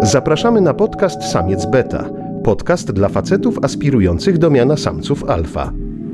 Zapraszamy na podcast Samiec Beta. Podcast dla facetów aspirujących do miana samców alfa.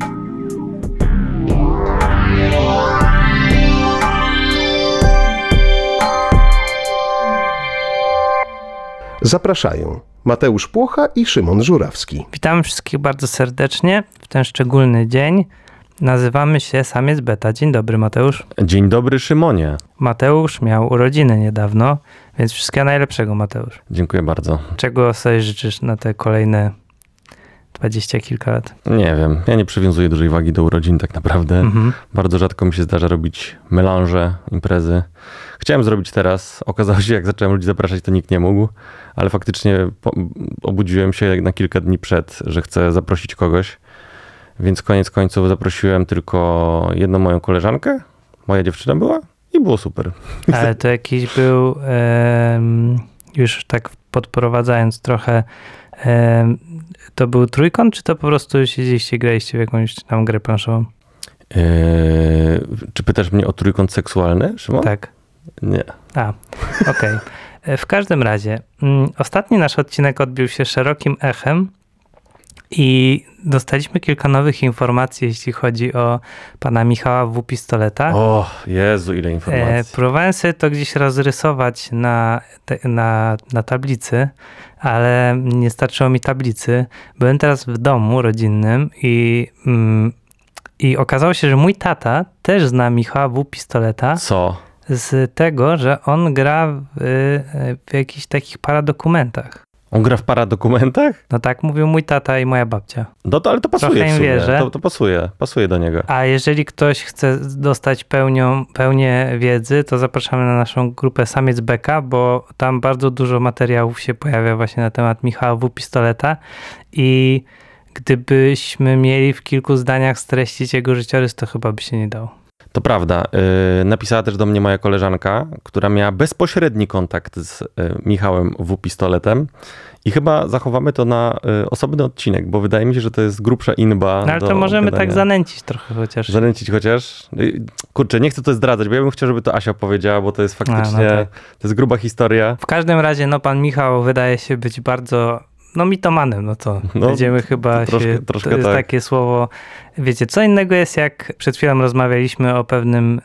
Zapraszają Mateusz Płocha i Szymon Żurawski. Witamy wszystkich bardzo serdecznie w ten szczególny dzień. Nazywamy się Samiec Beta. Dzień dobry, Mateusz. Dzień dobry, Szymonie. Mateusz miał urodziny niedawno, więc wszystkiego najlepszego, Mateusz. Dziękuję bardzo. Czego sobie życzysz na te kolejne 20 kilka lat? Nie wiem, ja nie przywiązuję dużej wagi do urodzin tak naprawdę. Bardzo rzadko mi się zdarza robić melanże, imprezy. Chciałem zrobić teraz, okazało się, jak zacząłem ludzi zapraszać, to nikt nie mógł, ale faktycznie obudziłem się na kilka dni przed, że chcę zaprosić kogoś, więc koniec końców zaprosiłem tylko jedną moją koleżankę, moja dziewczyna była i było super. Ale to jakiś był, już tak podprowadzając trochę, to był trójkąt, czy to po prostu siedzieliście, graliście w jakąś tam grę planszową? Czy pytasz mnie o trójkąt seksualny, Szymon? Tak. Nie. Okej. W każdym razie, ostatni nasz odcinek odbił się szerokim echem i dostaliśmy kilka nowych informacji, jeśli chodzi o pana Michała W. Pistoleta. O Jezu, ile informacji. Próbowałem sobie to gdzieś rozrysować na tablicy, ale nie starczyło mi tablicy. Byłem teraz w domu rodzinnym i okazało się, że mój tata też zna Michała W. Pistoleta. Co? Z tego, że on gra w jakichś takich paradokumentach. On gra w paradokumentach? No tak mówił mój tata i moja babcia. No to, ale to pasuje Trochę w sumie. wierzę. To pasuje do niego. A jeżeli ktoś chce dostać pełnię wiedzy, to zapraszamy na naszą grupę Samiec Beka, bo tam bardzo dużo materiałów się pojawia właśnie na temat Michała W. Pistoleta i gdybyśmy mieli w kilku zdaniach streścić jego życiorys, to chyba by się nie dało. To prawda. Napisała też do mnie moja koleżanka, która miała bezpośredni kontakt z Michałem W. Pistoletem i chyba zachowamy to na osobny odcinek, bo wydaje mi się, że to jest grubsza inba. No ale to możemy tak zanęcić trochę chociaż. Zanęcić chociaż? Kurczę, nie chcę to zdradzać, bo ja bym chciał, żeby to Asia opowiedziała, bo to jest faktycznie, tak. To jest gruba historia. W każdym razie, pan Michał wydaje się być bardzo... mitomanem, będziemy chyba troszkę to jest tak. Takie słowo, wiecie, co innego jest jak przed chwilą rozmawialiśmy o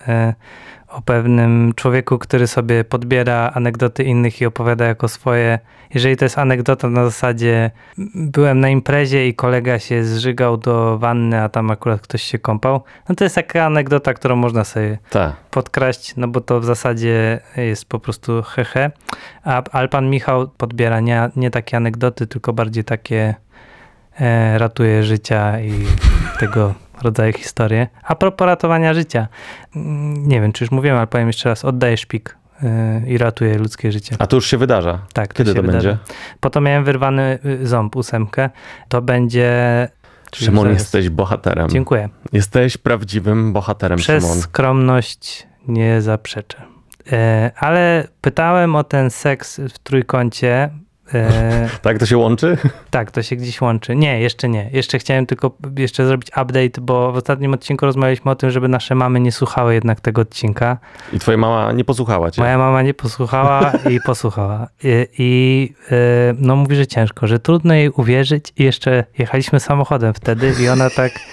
pewnym człowieku, który sobie podbiera anegdoty innych i opowiada jako swoje. Jeżeli to jest anegdota na zasadzie byłem na imprezie i kolega się zżygał do wanny, a tam akurat ktoś się kąpał, no to jest taka anegdota, którą można sobie podkraść, no bo to w zasadzie jest po prostu hehe. Ale pan Michał podbiera nie takie anegdoty, tylko bardziej takie ratuje życia i tego rodzaju historie. A propos ratowania życia, nie wiem, czy już mówiłem, ale powiem jeszcze raz, oddaję szpik i ratuje ludzkie życie. A to już się wydarza? Tak. Kiedy to będzie? Po to miałem wyrwany ząb, 8. To będzie... Szymon, jesteś bohaterem. Dziękuję. Jesteś prawdziwym bohaterem, Przez Szymon. skromność nie zaprzeczę. Ale pytałem o ten seks w trójkącie. Tak, to się łączy? Tak, to się gdzieś łączy. Nie, jeszcze nie. Jeszcze chciałem tylko zrobić update, bo w ostatnim odcinku rozmawialiśmy o tym, żeby nasze mamy nie słuchały jednak tego odcinka. I twoja mama nie posłuchała cię? Moja mama nie posłuchała i posłuchała. I mówi, że ciężko, że trudno jej uwierzyć i jeszcze jechaliśmy samochodem wtedy i ona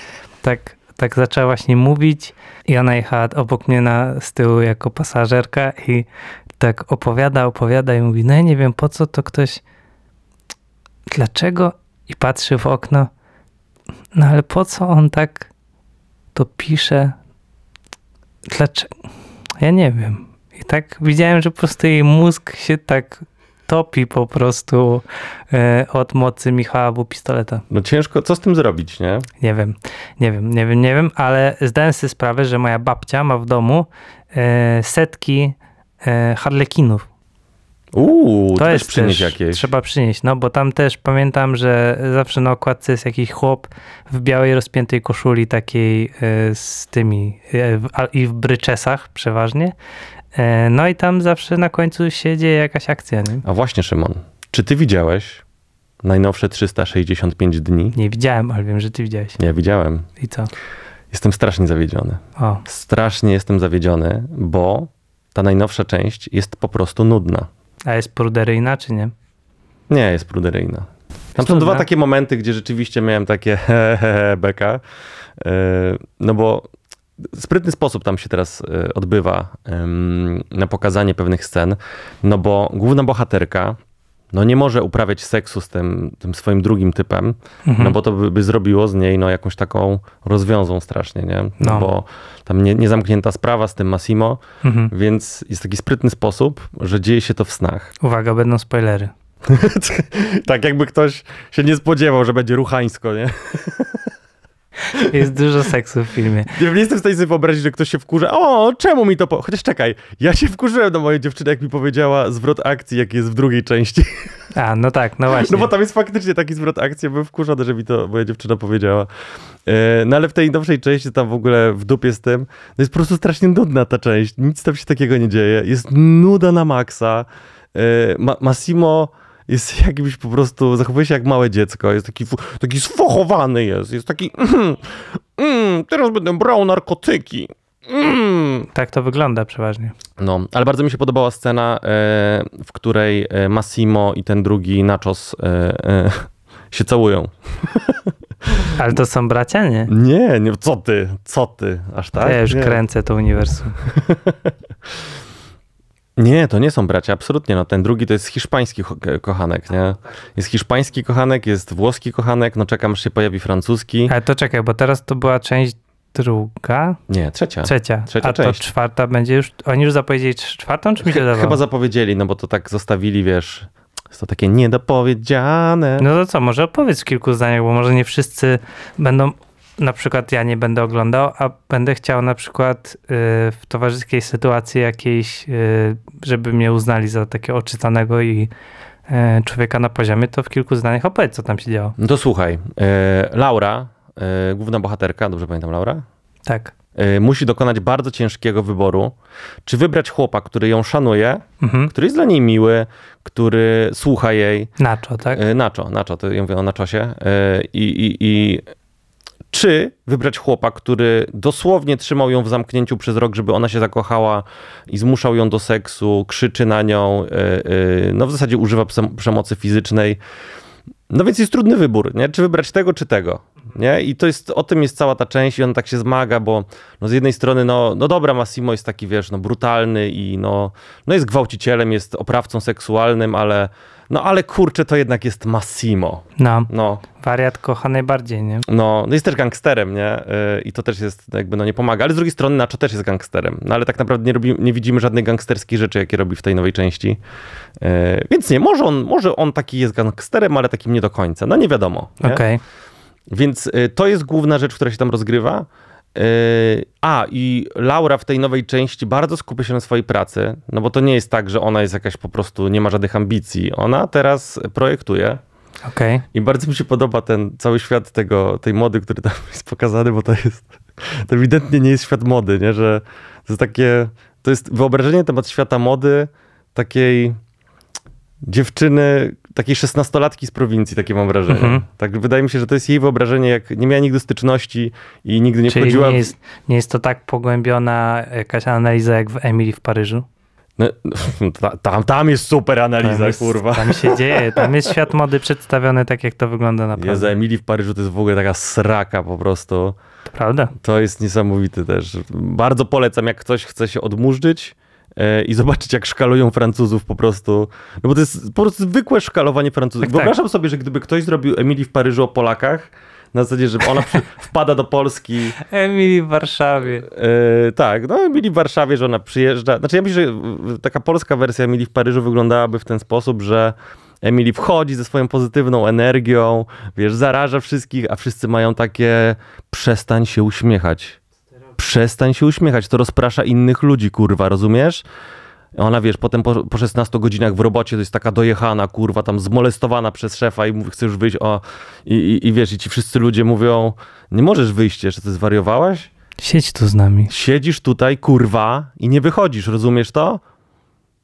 tak zaczęła właśnie mówić i ona jechała obok mnie z tyłu jako pasażerka i tak opowiada i mówi, no ja nie wiem po co to ktoś, dlaczego? I patrzy w okno, no ale po co on tak to pisze? Dlaczego? Ja nie wiem. I tak widziałem, że po prostu jej mózg się tak topi po prostu od mocy Michała W. Pistoleta. No ciężko, co z tym zrobić, nie? Nie wiem, ale zdałem sobie sprawę, że moja babcia ma w domu setki harlekinów. To jest przynieść jakieś. Trzeba przynieść, bo tam też pamiętam, że zawsze na okładce jest jakiś chłop w białej rozpiętej koszuli takiej z tymi i w bryczesach przeważnie. No i tam zawsze na końcu się dzieje jakaś akcja. Nie? A właśnie, Szymon, czy ty widziałeś najnowsze 365 dni? Nie widziałem, ale wiem, że ty widziałeś. Ja widziałem. I co? Jestem strasznie zawiedziony. O. Strasznie jestem zawiedziony, bo ta najnowsza część jest po prostu nudna. A jest pruderyjna, czy nie? Nie, jest pruderyjna. Tam są dwa takie momenty, gdzie rzeczywiście miałem takie beka, no bo sprytny sposób tam się teraz odbywa na pokazanie pewnych scen, no bo główna bohaterka no nie może uprawiać seksu z tym swoim drugim typem, no bo to by zrobiło z niej no jakąś taką rozwiązą strasznie, nie? No bo tam niezamknięta sprawa z tym Massimo, więc jest taki sprytny sposób, że dzieje się to w snach. Uwaga, będą spoilery. Tak jakby ktoś się nie spodziewał, że będzie ruchańsko, nie? Jest dużo seksu w filmie. Nie jestem w stanie sobie wyobrazić, że ktoś się wkurza. O, czemu mi to... Chociaż czekaj, ja się wkurzyłem na moją dziewczynę, jak mi powiedziała zwrot akcji, jak jest w drugiej części. A, no tak, no właśnie. No bo tam jest faktycznie taki zwrot akcji, byłem wkurzony, że mi to moja dziewczyna powiedziała. No ale w tej nowszej części, tam w ogóle w dupie z tym, no jest po prostu strasznie nudna ta część. Nic tam się takiego nie dzieje. Jest nuda na maksa. Massimo jest jakimś po prostu, zachowuje się jak małe dziecko, jest taki sfochowany jest taki teraz będę brał narkotyki. Tak to wygląda przeważnie. No, ale bardzo mi się podobała scena, w której Massimo i ten drugi Nachos się całują. Ale to są bracia, nie? Nie, co ty, aż tak? Ja już nie. kręcę to uniwersum. Nie, to nie są bracia, absolutnie. No, ten drugi to jest hiszpański kochanek, nie? Jest hiszpański kochanek, jest włoski kochanek, no czekam, aż się pojawi francuski. Ale to czekaj, bo teraz to była część druga? Nie, trzecia. Trzecia Trzecia A część. to czwarta będzie już... Oni już zapowiedzieli czwartą, czy mi się wydawało? Chyba zapowiedzieli, no bo to tak zostawili, wiesz... Jest to takie niedopowiedziane. No to co, może opowiedz w kilku zdaniach, bo może nie wszyscy będą... Na przykład ja nie będę oglądał, a będę chciał na przykład w towarzyskiej sytuacji jakiejś, żeby mnie uznali za takiego oczytanego i człowieka na poziomie, to w kilku zdaniach opowiedz, co tam się działo. No to słuchaj, Laura, główna bohaterka, dobrze pamiętam Laura? Tak. Musi dokonać bardzo ciężkiego wyboru, czy wybrać chłopa, który ją szanuje, który jest dla niej miły, który słucha jej. Nacho, tak? Nacho, to ja mówię o Nachosie. Czy wybrać chłopa, który dosłownie trzymał ją w zamknięciu przez rok, żeby ona się zakochała i zmuszał ją do seksu, krzyczy na nią, no w zasadzie używa przemocy fizycznej. No więc jest trudny wybór, nie? Czy wybrać tego, czy tego, nie? I to jest, o tym jest cała ta część i on tak się zmaga, bo no z jednej strony, no dobra, Massimo jest taki, wiesz, no brutalny i no jest gwałcicielem, jest oprawcą seksualnym, ale kurczę, to jednak jest Massimo. No. Wariat kocha najbardziej, nie? No jest też gangsterem, nie? I to też jest, jakby nie pomaga. Ale z drugiej strony Nacho też jest gangsterem. No ale tak naprawdę nie widzimy żadnej gangsterskiej rzeczy, jakie robi w tej nowej części. Więc nie, może on taki jest gangsterem, ale takim nie do końca. No nie wiadomo. Okej. Więc to jest główna rzecz, która się tam rozgrywa. I Laura w tej nowej części bardzo skupia się na swojej pracy, no bo to nie jest tak, że ona jest jakaś po prostu, nie ma żadnych ambicji. Ona teraz projektuje. Okay. I bardzo mi się podoba ten cały świat tej mody, który tam jest pokazany, bo to ewidentnie nie jest świat mody, nie? Że to jest wyobrażenie na temat świata mody takiej dziewczyny, takiej 16-latki z prowincji, takie mam wrażenie. Tak, wydaje mi się, że to jest jej wyobrażenie, jak nie miała nigdy styczności i nigdy nie wchodziła... nie jest to tak pogłębiona jakaś analiza jak w Emily w Paryżu? No, tam jest super analiza, kurwa. Tam się dzieje, tam jest świat mody przedstawiony tak, jak to wygląda naprawdę. Jezu, Emily w Paryżu to jest w ogóle taka sraka po prostu. To prawda. To jest niesamowity też. Bardzo polecam, jak ktoś chce się odmurzyć i zobaczyć, jak szkalują Francuzów po prostu. No bo to jest po prostu zwykłe szkalowanie Francuzów. Tak, Wyobrażam sobie, że gdyby ktoś zrobił Emily w Paryżu o Polakach, na zasadzie, że ona wpada do Polski. Emily w Warszawie. Tak, no Emily w Warszawie, że ona przyjeżdża. Znaczy ja myślę, że taka polska wersja Emily w Paryżu wyglądałaby w ten sposób, że Emily wchodzi ze swoją pozytywną energią, wiesz, zaraża wszystkich, a wszyscy mają takie przestań się uśmiechać. Przestań się uśmiechać, to rozprasza innych ludzi, kurwa, rozumiesz? Ona, wiesz, potem po 16 godzinach w robocie to jest taka dojechana, kurwa, tam zmolestowana przez szefa i mówi, chce już wyjść, i wiesz, i ci wszyscy ludzie mówią, nie możesz wyjść jeszcze, ty zwariowałaś? Siedź tu z nami. Siedzisz tutaj, kurwa, i nie wychodzisz, rozumiesz to?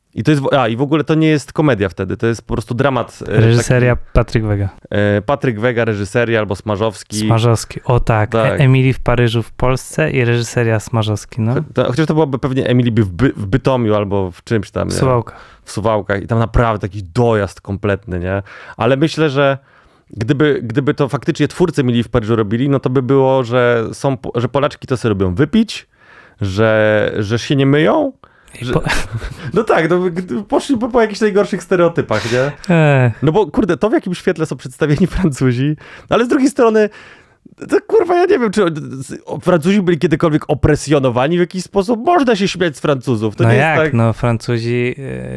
I to jest, i w ogóle to nie jest komedia wtedy, to jest po prostu dramat. Reżyseria Patryk Wega. Patryk Wega, reżyseria albo Smarzowski. Smarzowski, o tak. Emily w Paryżu w Polsce i reżyseria Smarzowski, no. Chociaż to byłoby pewnie Emily w Bytomiu albo w czymś tam. W Suwałkach. W Suwałkach i tam naprawdę taki dojazd kompletny, nie? Ale myślę, że gdyby to faktycznie twórcy Emily w Paryżu robili, no to by było, że Polaczki to sobie robią wypić, że się nie myją. No tak, poszli po jakichś najgorszych stereotypach, nie? No bo kurde, to w jakim świetle są przedstawieni Francuzi, ale z drugiej strony to kurwa, ja nie wiem, czy Francuzi byli kiedykolwiek opresjonowani w jakiś sposób. Można się śmiać z Francuzów. To no nie jak? Jest tak... No Francuzi,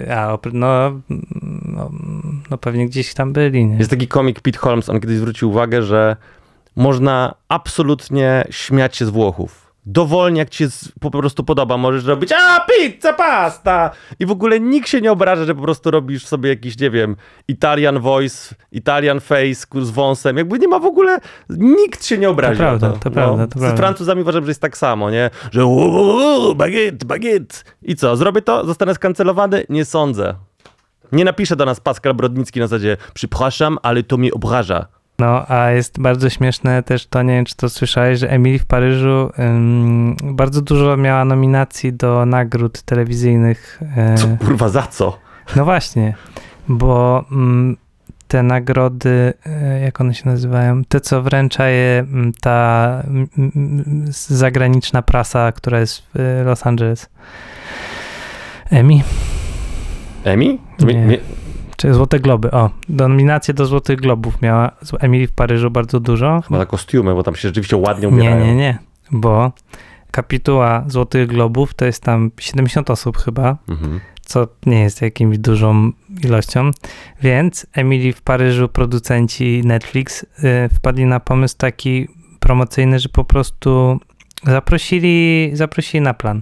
no pewnie gdzieś tam byli, nie? Jest taki komik Pete Holmes, on kiedyś zwrócił uwagę, że można absolutnie śmiać się z Włochów. Dowolnie, jak ci się po prostu podoba, możesz robić pizza, pasta! I w ogóle nikt się nie obraża, że po prostu robisz sobie jakiś, nie wiem, Italian voice, Italian face z wąsem. Jakby nie ma w ogóle, nikt się nie obrazi. To prawda. Z Francuzami uważam, że jest tak samo, nie? Że baguette. I co, zrobię to? Zostanę skancelowany? Nie sądzę. Nie napisze do nas Pascal Brodnicki na zasadzie przepraszam, ale to mnie obraża. No, a jest bardzo śmieszne też to, nie wiem, czy to słyszałeś, że Emily w Paryżu bardzo dużo miała nominacji do nagród telewizyjnych. Co, kurwa, za co? No właśnie, bo te nagrody, jak one się nazywają, te, co wręcza je ta zagraniczna prasa, która jest w Los Angeles. Emmy? Emmy? Czy Złote Globy, nominacje do Złotych Globów miała Emily w Paryżu bardzo dużo. Chyba na kostiumy, bo tam się rzeczywiście ładnie ubierają. Nie, bo kapituła Złotych Globów to jest tam 70 osób chyba, co nie jest jakimś dużą ilością, więc Emily w Paryżu, producenci Netflix wpadli na pomysł taki promocyjny, że po prostu zaprosili na plan.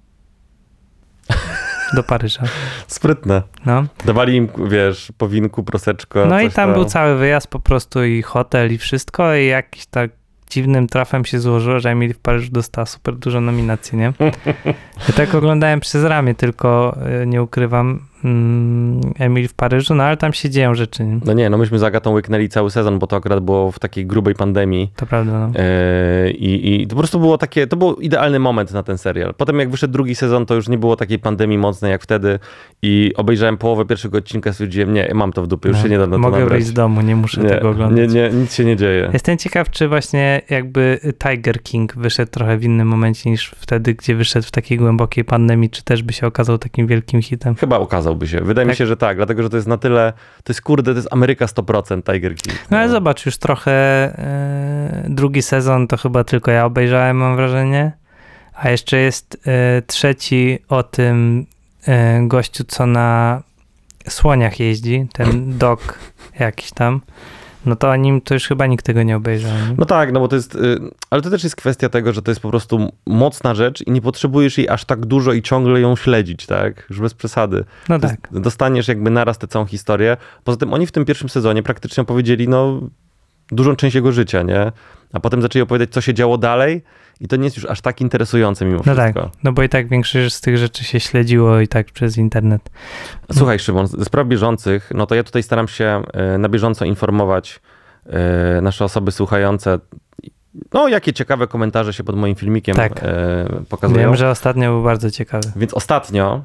Do Paryża. Sprytne. No. Dawali im, wiesz, po winku, proseczko. No i tam był cały wyjazd po prostu i hotel i wszystko i jakiś tak dziwnym trafem się złożyło, że Emily w Paryżu dostała super dużo nominacji, nie? Ja tak oglądałem przez ramię, tylko nie ukrywam Emily w Paryżu, no ale tam się dzieją rzeczy, nie? No myśmy z Agatą łyknęli cały sezon, bo to akurat było w takiej grubej pandemii. To prawda, no. I to po prostu było takie, to był idealny moment na ten serial. Potem jak wyszedł drugi sezon, to już nie było takiej pandemii mocnej jak wtedy i obejrzałem połowę pierwszego odcinka, stwierdziłem, nie, mam to w dupie, już się nie da na to mogę nabrać. wyjść z domu, nie muszę tego oglądać. Nic się nie dzieje. Jestem ciekaw, czy właśnie jakby Tiger King wyszedł trochę w innym momencie niż wtedy, gdzie wyszedł w takiej głębokiej pandemii, czy też by się okazał takim wielkim hitem? Chyba okazałby się. Wydaje mi się, że tak, dlatego, że to jest na tyle, to jest Ameryka 100% Tiger King. No ale zobacz, już trochę drugi sezon to chyba tylko ja obejrzałem, mam wrażenie, a jeszcze jest trzeci o tym gościu, co na słoniach jeździ, ten Doc jakiś tam. No to o nim to już chyba nikt tego nie obejrzał. Nie? No tak, no bo to jest, ale to też jest kwestia tego, że to jest po prostu mocna rzecz i nie potrzebujesz jej aż tak dużo i ciągle ją śledzić, tak? Już bez przesady. No tak. Dostaniesz jakby naraz tę całą historię. Poza tym oni w tym pierwszym sezonie praktycznie opowiedzieli, no, dużą część jego życia, nie? A potem zaczęli opowiadać, co się działo dalej i to nie jest już aż tak interesujące mimo wszystko. No tak, no bo i tak większość z tych rzeczy się śledziło i tak przez internet. Słuchaj, Szymon, ze spraw bieżących, no to ja tutaj staram się na bieżąco informować nasze osoby słuchające, no jakie ciekawe komentarze się pod moim filmikiem pokazują. Wiem, że ostatnio był bardzo ciekawy. Więc ostatnio,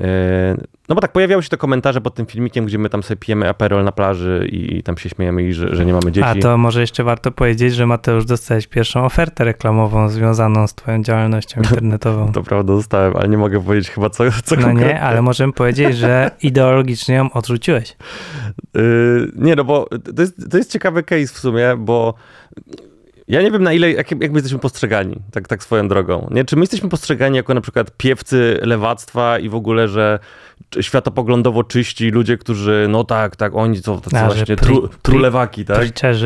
no bo tak, pojawiały się te komentarze pod tym filmikiem, gdzie my tam sobie pijemy aperol na plaży i tam się śmiejemy i że nie mamy dzieci. A to może jeszcze warto powiedzieć, że Mateusz dostałeś pierwszą ofertę reklamową związaną z twoją działalnością internetową. To prawda, dostałem, ale nie mogę powiedzieć chyba co No konkretnie. nie, ale możemy powiedzieć, że ideologicznie ją odrzuciłeś. Nie, no bo to jest ciekawy case w sumie, bo ja nie wiem na ile, jak my jesteśmy postrzegani, tak swoją drogą. Nie? Czy my jesteśmy postrzegani jako na przykład piewcy lewactwa i w ogóle, że światopoglądowo czyści ludzie, którzy, no tak, oni są tacy właśnie trulewaki, tak? Preacherzy.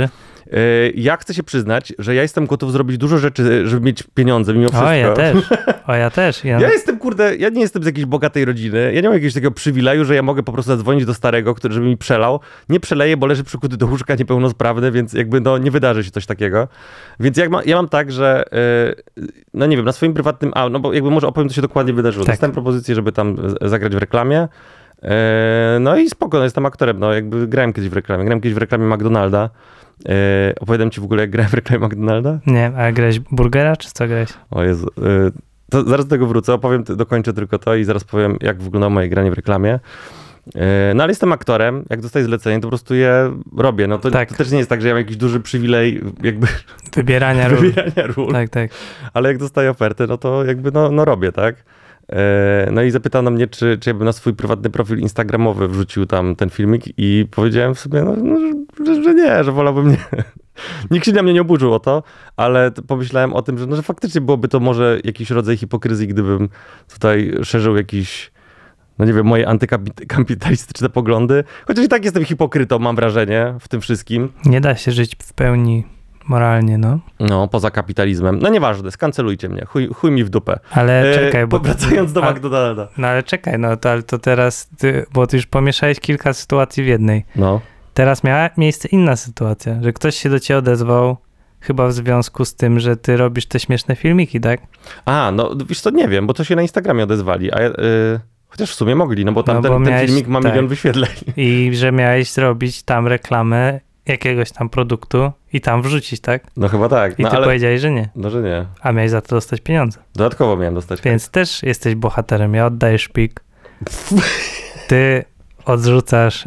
Ja chcę się przyznać, że ja jestem gotów zrobić dużo rzeczy, żeby mieć pieniądze mimo wszystko. Ja też. Ja jestem, ja nie jestem z jakiejś bogatej rodziny. Ja nie mam jakiegoś takiego przywileju, że ja mogę po prostu zadzwonić do starego, żeby mi przelał. Nie przeleję, bo leży przykuty do łóżka niepełnosprawny, więc jakby nie wydarzy się coś takiego. Więc ja mam tak, że no nie wiem, na swoim prywatnym, no bo jakby może opowiem, co się dokładnie wydarzyło. Tak. Dostałem propozycję, żeby tam zagrać w reklamie. No i spoko, jestem aktorem, jakby grałem kiedyś w reklamie McDonalda. Opowiadam ci w ogóle, jak grałem w reklamie McDonalda? Nie, a grałeś burgera, czy co grałeś? O Jezu, to zaraz do tego wrócę, dokończę tylko to i zaraz powiem, jak wyglądało moje granie w reklamie. No ale jestem aktorem, jak dostaję zlecenie, to po prostu je robię. No to też nie jest tak, że ja mam jakiś duży przywilej jakby wybierania ról. Tak. Ale jak dostaję ofertę, no to jakby robię, tak? No i zapytano mnie, czy ja bym na swój prywatny profil instagramowy wrzucił tam ten filmik i powiedziałem sobie, że nie, że wolałbym nie. Nikt się na mnie nie oburzył o to, ale pomyślałem o tym, że faktycznie byłoby to może jakiś rodzaj hipokryzji, gdybym tutaj szerzył jakiś, nie wiem, moje antykapitalistyczne poglądy. Chociaż i tak jestem hipokrytą, mam wrażenie, w tym wszystkim. Nie da się żyć w pełni moralnie, No, poza kapitalizmem. No nieważne, skancelujcie mnie, chuj mi w dupę. Ale czekaj, bo... Wracając do McDonalda. No ale czekaj, to teraz, bo ty już pomieszałeś kilka sytuacji w jednej. No. Teraz miała miejsce inna sytuacja, że ktoś się do ciebie odezwał, chyba w związku z tym, że ty robisz te śmieszne filmiki, tak? No wiesz co, nie wiem, bo to się na Instagramie odezwali, chociaż w sumie mogli, bo tam ten filmik ma 1 milion wyświetleń. I że miałeś zrobić tam reklamę jakiegoś tam produktu i tam wrzucić, tak? No chyba tak. I ty powiedziałeś, że nie. No, że nie. A miałeś za to dostać pieniądze. Dodatkowo miałem dostać. Więc też jesteś bohaterem. Ja oddaję szpik. Ty odrzucasz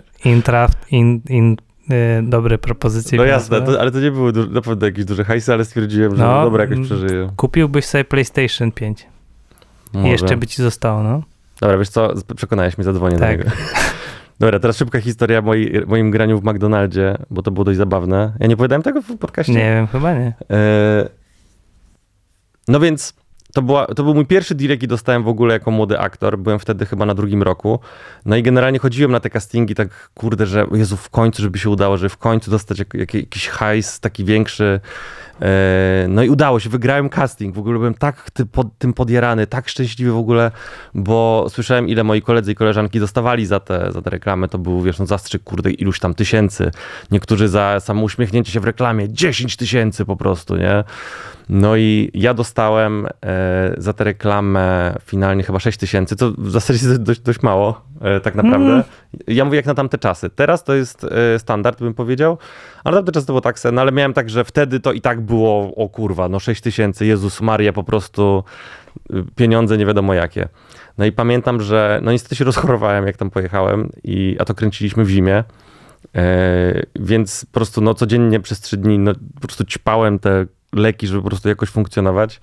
dobre propozycje. No jasne, ale to nie były na pewno jakieś duże hajsy, ale stwierdziłem, że dobra, jakoś przeżyję. Kupiłbyś sobie PlayStation 5. Może. I jeszcze by ci zostało, Dobra, wiesz co, przekonałeś mnie, zadzwonię do niego. Dobra, teraz szybka historia o moim graniu w McDonaldzie, bo to było dość zabawne. Ja nie opowiadałem tego w podcaście? Nie wiem, chyba nie. No więc to był mój pierwszy deal, jaki dostałem w ogóle jako młody aktor. Byłem wtedy chyba na 2. roku. No i generalnie chodziłem na te castingi tak, kurde, że Jezu, w końcu, żeby się udało, żeby w końcu dostać jakiś hajs taki większy. No i udało się, wygrałem casting. W ogóle byłem tak tym podjarany, tak szczęśliwy w ogóle, bo słyszałem, ile moi koledzy i koleżanki dostawali za te reklamy. To był, wiesz, zastrzyk, kurde, iluś tam tysięcy. Niektórzy za samo uśmiechnięcie się w reklamie 10 000 po prostu, nie? No i ja dostałem za tę reklamę finalnie chyba 6 000, co w zasadzie jest dość mało, tak naprawdę. Ja mówię jak na tamte czasy. Teraz to jest standard, bym powiedział, ale tamte czasy to było tak sen, ale miałem tak, że wtedy to i tak było, o kurwa, 6 000, Jezus Maria, po prostu pieniądze nie wiadomo jakie. No i pamiętam, że niestety się rozchorowałem, jak tam pojechałem, a to kręciliśmy w zimie. Więc po prostu codziennie przez 3 dni po prostu ćpałem te leki, żeby po prostu jakoś funkcjonować.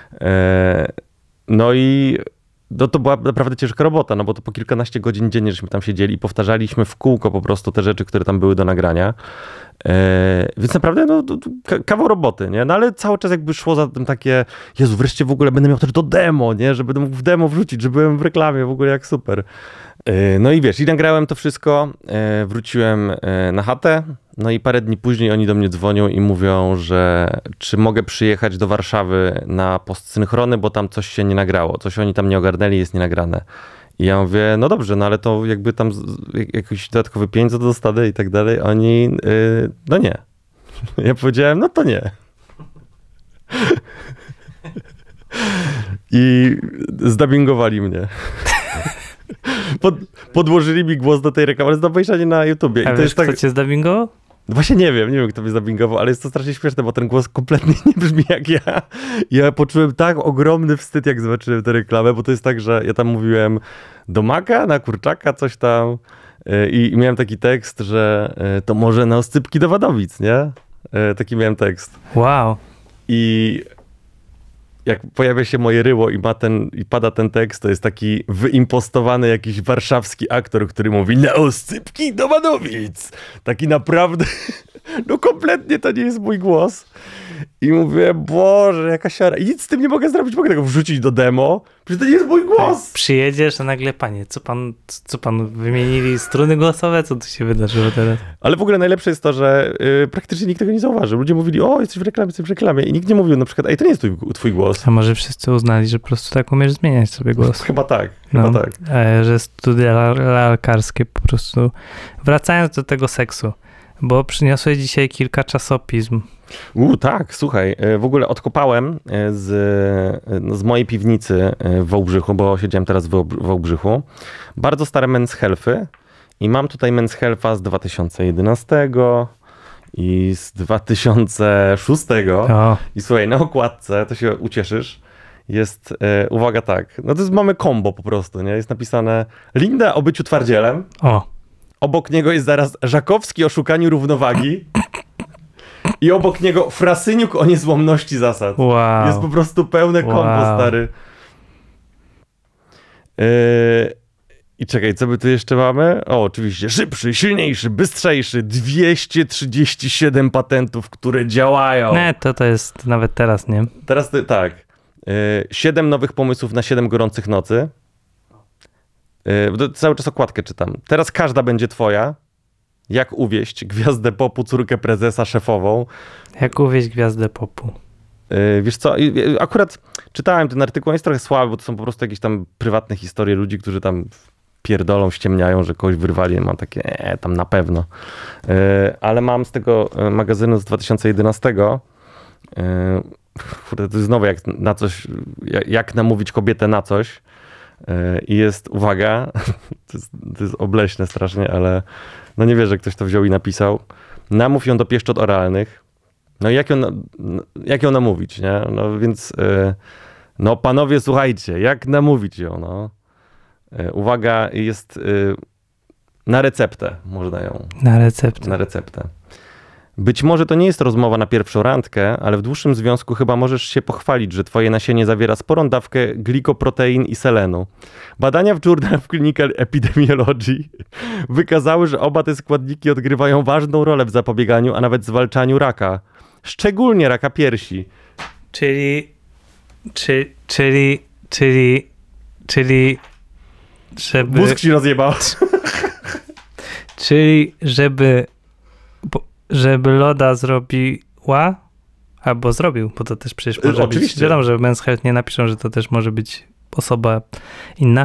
No i to była naprawdę ciężka robota, bo to po kilkanaście godzin dziennie żeśmy tam siedzieli i powtarzaliśmy w kółko po prostu te rzeczy, które tam były do nagrania. Więc naprawdę kawał roboty, nie? No ale cały czas jakby szło za tym takie, Jezu, wreszcie w ogóle będę miał też do demo, nie? Że będę mógł w demo wrzucić, że byłem w reklamie, w ogóle jak super. No i wiesz, i nagrałem to wszystko, wróciłem na chatę, no i parę dni później oni do mnie dzwonią i mówią, że czy mogę przyjechać do Warszawy na postsynchrony, bo tam coś się nie nagrało, coś oni tam nie ogarnęli, jest nienagrane. I ja mówię, no dobrze, ale to jakby tam jakiś dodatkowy pieniądze dostanę i tak dalej. Oni, no nie. Ja powiedziałem, no to nie. I zdubbingowali mnie. Podłożyli mi głos do tej reklamy, ale jest do obejrzenia na YouTubie. A wiesz, kto cię zdubbingował? Właśnie nie wiem, kto mnie zdubbingował, ale jest to strasznie śmieszne, bo ten głos kompletnie nie brzmi jak ja. Ja poczułem tak ogromny wstyd, jak zobaczyłem tę reklamę, bo to jest tak, że ja tam mówiłem do maka, na kurczaka, coś tam i miałem taki tekst, że to może na oscypki do Wadowic, nie? Taki miałem tekst. Wow. I jak pojawia się moje ryło i pada ten tekst, to jest taki wyimpostowany jakiś warszawski aktor, który mówi na oscypki do Wadowic. Taki naprawdę, kompletnie to nie jest mój głos. I mówię, Boże, jaka siara. I nic z tym nie mogę zrobić, mogę tego wrzucić do demo. Przecież to nie jest mój głos. Tak, przyjedziesz, a nagle, panie, co pan wymienili struny głosowe? Co tu się wydarzyło teraz? Ale w ogóle najlepsze jest to, że praktycznie nikt tego nie zauważył. Ludzie mówili, o, jesteś w reklamie. I nikt nie mówił na przprzykład, ej, to nie jest twój głos. A może wszyscy uznali, że po prostu tak umiesz zmieniać sobie głos? Chyba tak. Że studia lekarskie po prostu... Wracając do tego seksu, bo przyniosłeś dzisiaj kilka czasopism. Tak, słuchaj, w ogóle odkopałem z mojej piwnicy w Wałbrzychu, bo siedziałem teraz w Wałbrzychu, bardzo stare Men's Healthy i mam tutaj Men's Healtha z 2011 i z 2006 i słuchaj, na okładce, to się ucieszysz, jest, uwaga tak, no to jest, mamy combo po prostu, nie? Jest napisane Linda o byciu twardzielem, obok niego jest zaraz Żakowski o szukaniu równowagi, i obok niego Frasyniuk o niezłomności zasad. Wow. Jest po prostu pełne kombo, stary. I czekaj, co my tu jeszcze mamy? O, oczywiście, szybszy, silniejszy, bystrzejszy, 237 patentów, które działają. Nie, to jest nawet teraz, nie? Teraz tak. 7 nowych pomysłów na 7 gorących nocy. Cały czas okładkę czytam. Teraz każda będzie twoja. Jak uwieść gwiazdę popu, córkę prezesa, szefową. Jak uwieść gwiazdę popu. Wiesz co, akurat czytałem ten artykuł, on jest trochę słaby, bo to są po prostu jakieś tam prywatne historie ludzi, którzy tam pierdolą, ściemniają, że kogoś wyrwali. Mam takie, tam na pewno. Ale mam z tego magazynu z 2011. Kurde, to jest znowu jak na coś, jak namówić kobietę na coś. I jest, uwaga, to jest obleśne strasznie, ale no nie wierzę, że ktoś to wziął i napisał. Namów ją do pieszczot oralnych. No i jak ją namówić, nie? No więc, no panowie, słuchajcie, jak namówić ją, no? Uwaga, jest na receptę, można ją. Na receptę. Być może to nie jest rozmowa na pierwszą randkę, ale w dłuższym związku chyba możesz się pochwalić, że twoje nasienie zawiera sporą dawkę glikoprotein i selenu. Badania w Journal of Clinical Epidemiology wykazały, że oba te składniki odgrywają ważną rolę w zapobieganiu, a nawet zwalczaniu raka. Szczególnie raka piersi. Czyli żeby... Mózg ci rozjebał. Czyli żeby loda zrobiła, albo zrobił, bo to też przecież może być. Wiadomo, że w Men's Health nie napiszą, że to też może być osoba inna,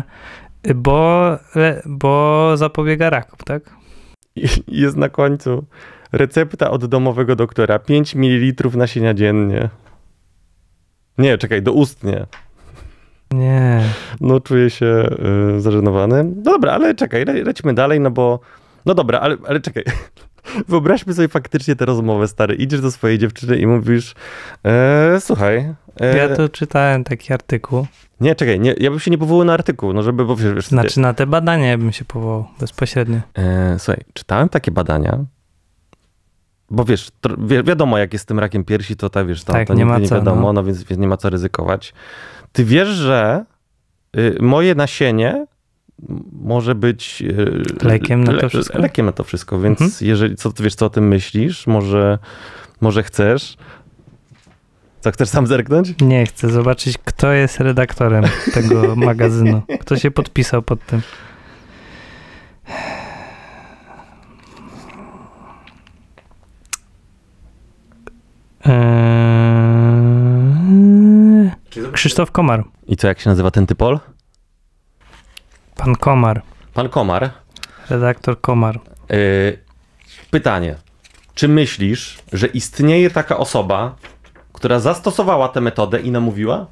bo zapobiega rakom, tak? I jest na końcu recepta od domowego doktora. 5 ml nasienia dziennie. Nie, czekaj, doustnie. Nie. No czuję się zażenowany. No dobra, ale czekaj, lećmy dalej, no bo... No dobra, ale czekaj. Wyobraźmy sobie faktycznie tę rozmowę, stary. Idziesz do swojej dziewczyny i mówisz, słuchaj. Ja tu czytałem taki artykuł. Nie, czekaj, ja bym się nie powołał na artykuł, no żeby, bo wiesz... Znaczy na te badania bym się powołał bezpośrednio. Słuchaj, czytałem takie badania, bo wiesz, wiadomo jak jest z tym rakiem piersi, to tak wiesz, tak, to nie wiadomo, no więc nie ma co ryzykować. Ty wiesz, że moje nasienie może być lekiem na to wszystko. Lekiem na to wszystko, więc jeżeli wiesz, co o tym myślisz, może chcesz. Co, chcesz sam zerknąć? Nie, chcę zobaczyć, kto jest redaktorem tego magazynu. Kto się podpisał pod tym. Krzysztof Komar. I co, jak się nazywa ten typol? Pan Komar. Pan Komar. Redaktor Komar. Pytanie. Czy myślisz, że istnieje taka osoba, która zastosowała tę metodę i namówiła?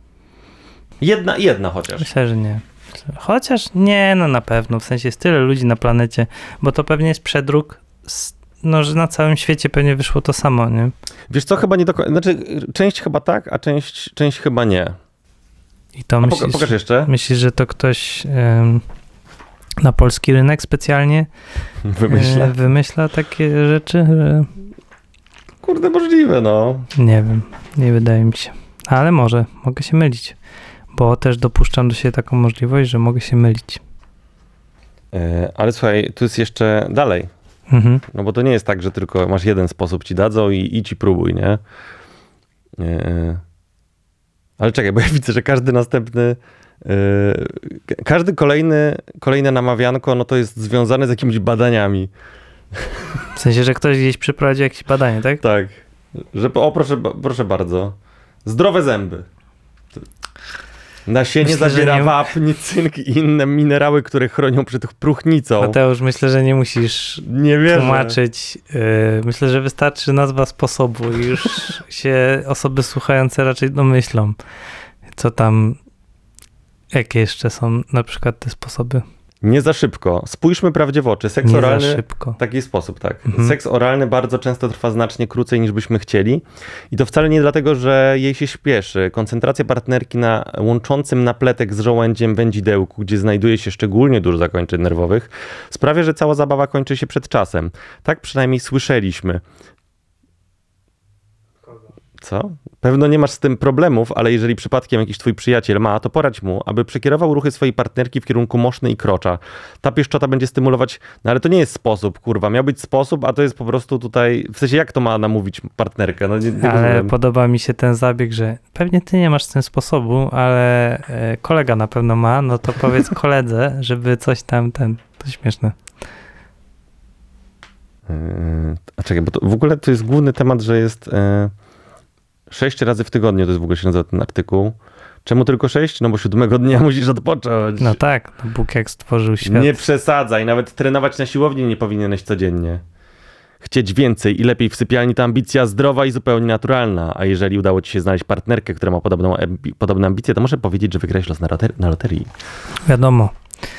Jedna chociaż. Myślę, że nie. Chociaż nie, no na pewno. W sensie jest tyle ludzi na planecie, bo to pewnie jest przedruk, no, że na całym świecie pewnie wyszło to samo, nie? Wiesz co, chyba nie do końca. Znaczy, część chyba tak, a część chyba nie. I to myślisz, pokaż jeszcze. Myślisz, że to ktoś na polski rynek specjalnie wymyśla takie rzeczy? Że... Kurde, możliwe, no. Nie wiem, nie wydaje mi się. Ale mogę się mylić, bo też dopuszczam do siebie taką możliwość, że mogę się mylić. Ale słuchaj, tu jest jeszcze dalej. No bo to nie jest tak, że tylko masz jeden sposób, ci dadzą i ci próbuj, nie? Ale czekaj, bo ja widzę, że każdy następny, każdy kolejne namawianko, no to jest związane z jakimiś badaniami. W sensie, że ktoś gdzieś przeprowadził jakieś badanie, tak? Tak. Że, proszę bardzo. Zdrowe zęby. Nasienie zawiera wapń, cynk i inne minerały, które chronią przed próchnicą. Mateusz, myślę, że nie musisz tłumaczyć. Myślę, że wystarczy nazwa sposobu i już się osoby słuchające raczej domyślą, co tam, jakie jeszcze są na przykład te sposoby. Nie za szybko. Spójrzmy prawdzie w oczy. Seks oralny. Za szybko. W taki sposób, tak. Seks oralny bardzo często trwa znacznie krócej niż byśmy chcieli. I to wcale nie dlatego, że jej się śpieszy. Koncentracja partnerki na łączącym napletek z żołędziem wędzidełku, gdzie znajduje się szczególnie dużo zakończeń nerwowych, sprawia, że cała zabawa kończy się przed czasem. Tak przynajmniej słyszeliśmy. Co? Pewno nie masz z tym problemów, ale jeżeli przypadkiem jakiś twój przyjaciel ma, to poradź mu, aby przekierował ruchy swojej partnerki w kierunku moszny i krocza. Ta pieszczota będzie stymulować, no ale to nie jest sposób, kurwa. Miał być sposób, a to jest po prostu tutaj, w sensie jak to ma namówić partnerkę? No, nie ale rozumiem. Podoba mi się ten zabieg, że pewnie ty nie masz z tym sposobu, ale kolega na pewno ma, no to powiedz koledze, żeby coś tam, to śmieszne. A czekaj, bo to w ogóle to jest główny temat, że jest 6 razy w tygodniu, to jest w ogóle się nazywa ten artykuł. Czemu tylko 6? No bo 7 dnia musisz odpocząć. No tak, Bóg jak stworzył świat. Nie przesadzaj, nawet trenować na siłowni nie powinieneś codziennie. Chcieć więcej i lepiej w sypialni to ambicja zdrowa i zupełnie naturalna. A jeżeli udało ci się znaleźć partnerkę, która ma podobne ambicje, to muszę powiedzieć, że wygrałeś los na loterii. Wiadomo.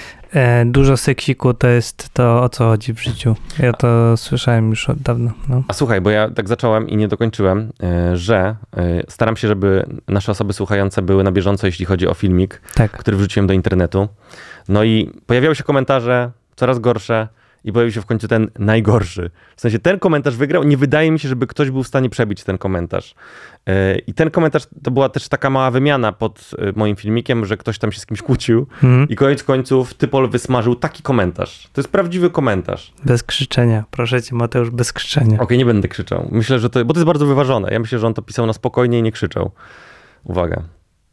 Dużo seksiku to jest to, o co chodzi w życiu. Ja to słyszałem już od dawna. No. A słuchaj, bo ja tak zacząłem i nie dokończyłem, że staram się, żeby nasze osoby słuchające były na bieżąco, jeśli chodzi o filmik, który wrzuciłem do internetu. No i pojawiały się komentarze coraz gorsze i pojawił się w końcu ten najgorszy. W sensie ten komentarz wygrał. Nie wydaje mi się, żeby ktoś był w stanie przebić ten komentarz. I ten komentarz to była też taka mała wymiana pod moim filmikiem, że ktoś tam się z kimś kłócił i koniec końców Typol wysmażył taki komentarz. To jest prawdziwy komentarz. Bez krzyczenia. Proszę cię, Mateusz, bez krzyczenia. Okej, nie będę krzyczał. Myślę, że bo to jest bardzo wyważone. Ja myślę, że on to pisał na spokojnie i nie krzyczał. Uwaga.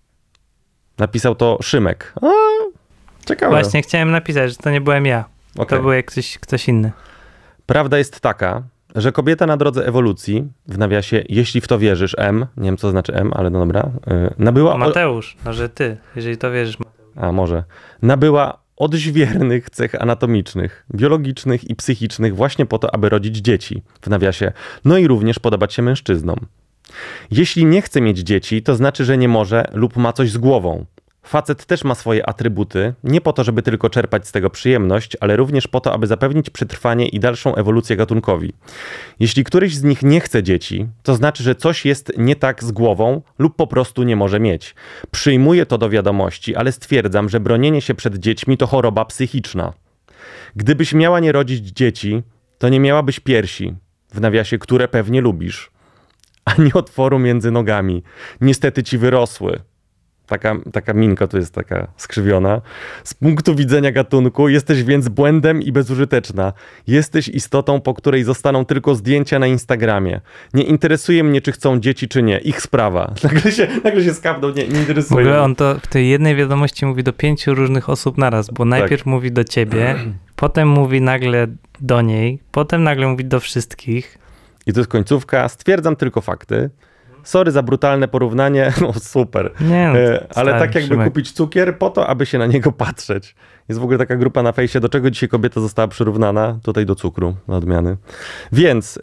Napisał to Szymek. Ciekawe. Właśnie chciałem napisać, że to nie byłem ja. Okay. To był ktoś inny. Prawda jest taka, że kobieta na drodze ewolucji, w nawiasie, jeśli w to wierzysz, nie wiem co znaczy ale no dobra, nabyła... Mateusz, że ty, jeżeli to wierzysz. A może. Nabyła odźwiernych cech anatomicznych, biologicznych i psychicznych właśnie po to, aby rodzić dzieci, w nawiasie, no i również podobać się mężczyznom. Jeśli nie chce mieć dzieci, to znaczy, że nie może lub ma coś z głową. Facet też ma swoje atrybuty, nie po to, żeby tylko czerpać z tego przyjemność, ale również po to, aby zapewnić przetrwanie i dalszą ewolucję gatunkowi. Jeśli któryś z nich nie chce dzieci, to znaczy, że coś jest nie tak z głową lub po prostu nie może mieć. Przyjmuję to do wiadomości, ale stwierdzam, że bronienie się przed dziećmi to choroba psychiczna. Gdybyś miała nie rodzić dzieci, to nie miałabyś piersi, w nawiasie, które pewnie lubisz, ani otworu między nogami. Niestety ci wyrosły. Taka minka tu jest taka skrzywiona. Z punktu widzenia gatunku jesteś więc błędem i bezużyteczna. Jesteś istotą, po której zostaną tylko zdjęcia na Instagramie. Nie interesuje mnie, czy chcą dzieci, czy nie. Ich sprawa. Nagle się skapnął, nie interesuje. W ogóle on to w tej jednej wiadomości mówi do 5 różnych osób naraz, bo najpierw mówi do ciebie, potem mówi nagle do niej, potem nagle mówi do wszystkich. I to jest końcówka. Stwierdzam tylko fakty. Sorry za brutalne porównanie, no super. Nie, ale tak jakby kupić cukier po to, aby się na niego patrzeć. Jest w ogóle taka grupa na fejsie, do czego dzisiaj kobieta została przyrównana? Tutaj do cukru, na odmiany. Więc,